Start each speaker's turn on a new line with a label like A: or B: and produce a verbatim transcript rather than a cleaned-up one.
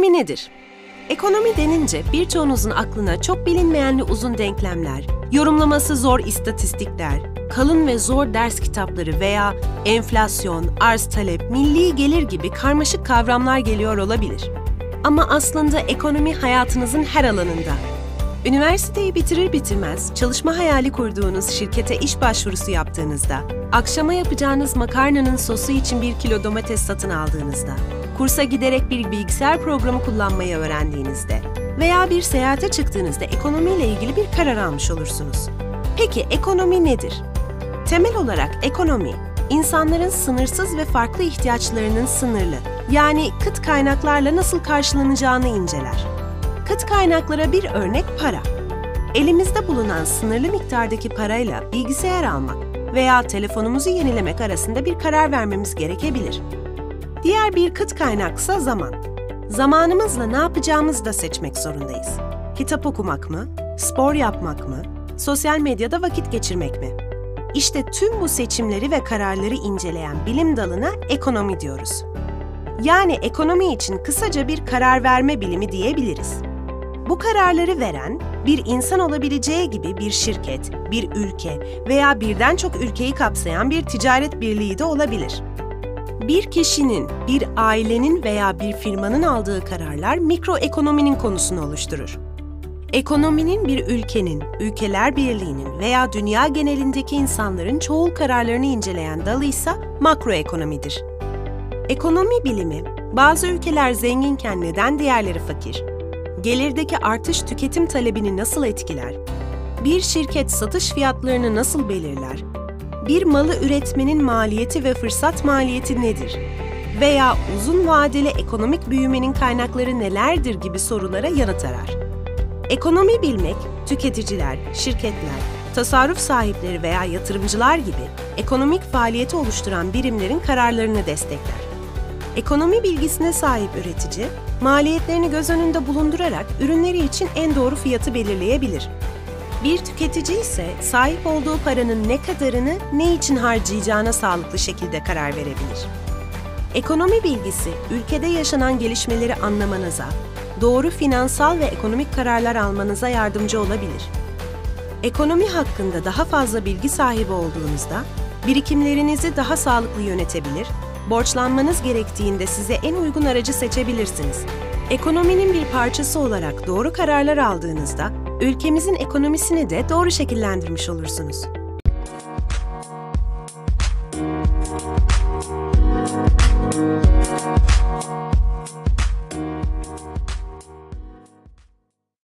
A: Ekonomi nedir? Ekonomi denince birçoğunuzun aklına çok bilinmeyenli uzun denklemler, yorumlaması zor istatistikler, kalın ve zor ders kitapları veya enflasyon, arz talep, milli gelir gibi karmaşık kavramlar geliyor olabilir. Ama aslında ekonomi hayatınızın her alanında. Üniversiteyi bitirir bitirmez çalışma hayali kurduğunuz şirkete iş başvurusu yaptığınızda, akşama yapacağınız makarnanın sosu için bir kilo domates satın aldığınızda, kursa giderek bir bilgisayar programı kullanmayı öğrendiğinizde veya bir seyahate çıktığınızda ekonomiyle ilgili bir karar almış olursunuz. Peki ekonomi nedir? Temel olarak ekonomi, insanların sınırsız ve farklı ihtiyaçlarının sınırlı, yani kıt kaynaklarla nasıl karşılanacağını inceler. Kıt kaynaklara bir örnek para. Elimizde bulunan sınırlı miktardaki parayla bilgisayar almak veya telefonumuzu yenilemek arasında bir karar vermemiz gerekebilir. Diğer bir kıt kaynaksa zaman. Zamanımızla ne yapacağımızı da seçmek zorundayız. Kitap okumak mı, spor yapmak mı, sosyal medyada vakit geçirmek mi? İşte tüm bu seçimleri ve kararları inceleyen bilim dalına ekonomi diyoruz. Yani ekonomi için kısaca bir karar verme bilimi diyebiliriz. Bu kararları veren, bir insan olabileceği gibi bir şirket, bir ülke veya birden çok ülkeyi kapsayan bir ticaret birliği de olabilir. Bir kişinin, bir ailenin veya bir firmanın aldığı kararlar mikroekonominin konusunu oluşturur. Ekonominin bir ülkenin, ülkeler birliğinin veya dünya genelindeki insanların çoğul kararlarını inceleyen dalı ise makroekonomidir. Ekonomi bilimi, bazı ülkeler zenginken neden diğerleri fakir? Gelirdeki artış tüketim talebini nasıl etkiler? Bir şirket satış fiyatlarını nasıl belirler? Bir malı üretmenin maliyeti ve fırsat maliyeti nedir? Veya uzun vadeli ekonomik büyümenin kaynakları nelerdir gibi sorulara yanıt arar. Ekonomi bilmek, tüketiciler, şirketler, tasarruf sahipleri veya yatırımcılar gibi ekonomik faaliyeti oluşturan birimlerin kararlarını destekler. Ekonomi bilgisine sahip üretici, maliyetlerini göz önünde bulundurarak ürünleri için en doğru fiyatı belirleyebilir. Bir tüketici ise sahip olduğu paranın ne kadarını ne için harcayacağına sağlıklı şekilde karar verebilir. Ekonomi bilgisi, ülkede yaşanan gelişmeleri anlamanıza, doğru finansal ve ekonomik kararlar almanıza yardımcı olabilir. Ekonomi hakkında daha fazla bilgi sahibi olduğunuzda, birikimlerinizi daha sağlıklı yönetebilir, borçlanmanız gerektiğinde size en uygun aracı seçebilirsiniz. Ekonominin bir parçası olarak doğru kararlar aldığınızda, ülkemizin ekonomisini de doğru şekillendirmiş olursunuz.